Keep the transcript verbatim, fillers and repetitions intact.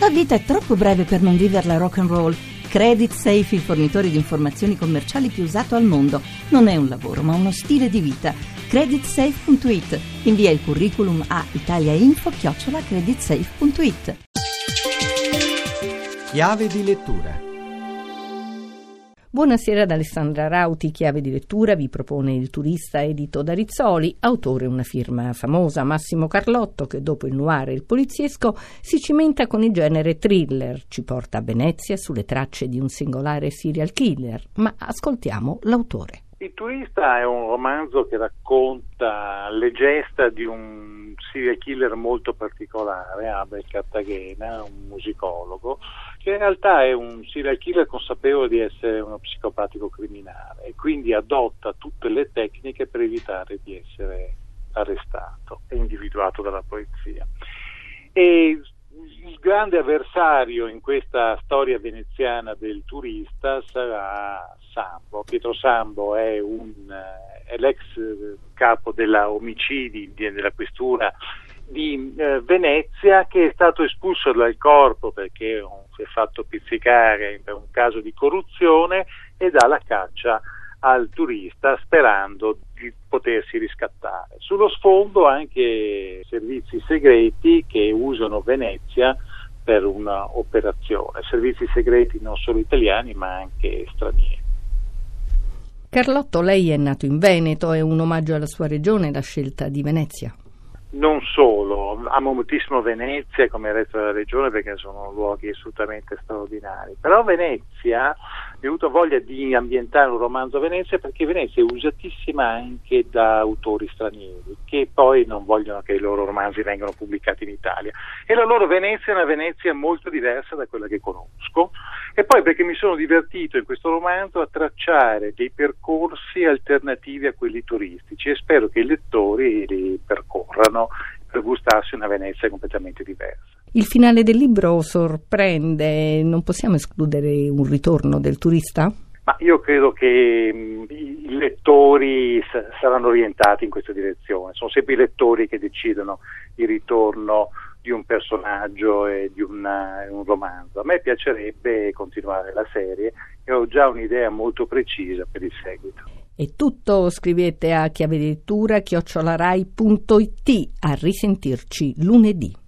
La vita è troppo breve per non viverla rock and roll. Credit Safe, il fornitore di informazioni commerciali più usato al mondo. Non è un lavoro, ma uno stile di vita. credit safe punto it. Invia il curriculum a italiainfo chiocciola creditsafe punto it. Chiave di lettura. Buonasera ad Alessandra Rauti. Chiave di lettura vi propone Il turista edito da Rizzoli, autore una firma famosa, Massimo Carlotto, che dopo il noir e il poliziesco si cimenta con il genere thriller, ci porta a Venezia sulle tracce di un singolare serial killer, ma ascoltiamo l'autore. Il turista è un romanzo che racconta le gesta di un serial killer molto particolare, Abel Cartagena, un musicologo, che in realtà è un serial killer consapevole di essere uno psicopatico criminale e quindi adotta tutte le tecniche per evitare di essere arrestato e individuato dalla polizia. E il grande avversario in questa storia veneziana del turista sarà Sambo. Pietro Sambo è, un, è l'ex capo della omicidi della questura di eh, Venezia, che è stato espulso dal corpo perché si è fatto pizzicare per un caso di corruzione e dà la caccia al turista sperando di potersi riscattare. Sullo sfondo anche servizi segreti che usano Venezia per una operazione, servizi segreti non solo italiani ma anche stranieri. Carlotto, lei è nato in Veneto, è un omaggio alla sua regione la scelta di Venezia? Non solo, amo moltissimo Venezia come il resto della regione perché sono luoghi assolutamente straordinari, però Venezia, mi ho avuto voglia di ambientare un romanzo a Venezia perché Venezia è usatissima anche da autori stranieri che poi non vogliono che i loro romanzi vengano pubblicati in Italia, e la loro Venezia è una Venezia molto diversa da quella che conosco, e poi perché mi sono divertito in questo romanzo a tracciare dei percorsi alternativi a quelli turistici e spero che i lettori li percorrano per gustarsi una Venezia completamente diversa. Il finale del libro sorprende, non possiamo escludere un ritorno del turista? Ma io credo che mh, i lettori s- saranno orientati in questa direzione, sono sempre i lettori che decidono il ritorno di un personaggio e di una, un romanzo. A me piacerebbe continuare la serie e ho già un'idea molto precisa per il seguito. È tutto, scrivete a chiave di lettura chiocciola rai punto it. A risentirci lunedì.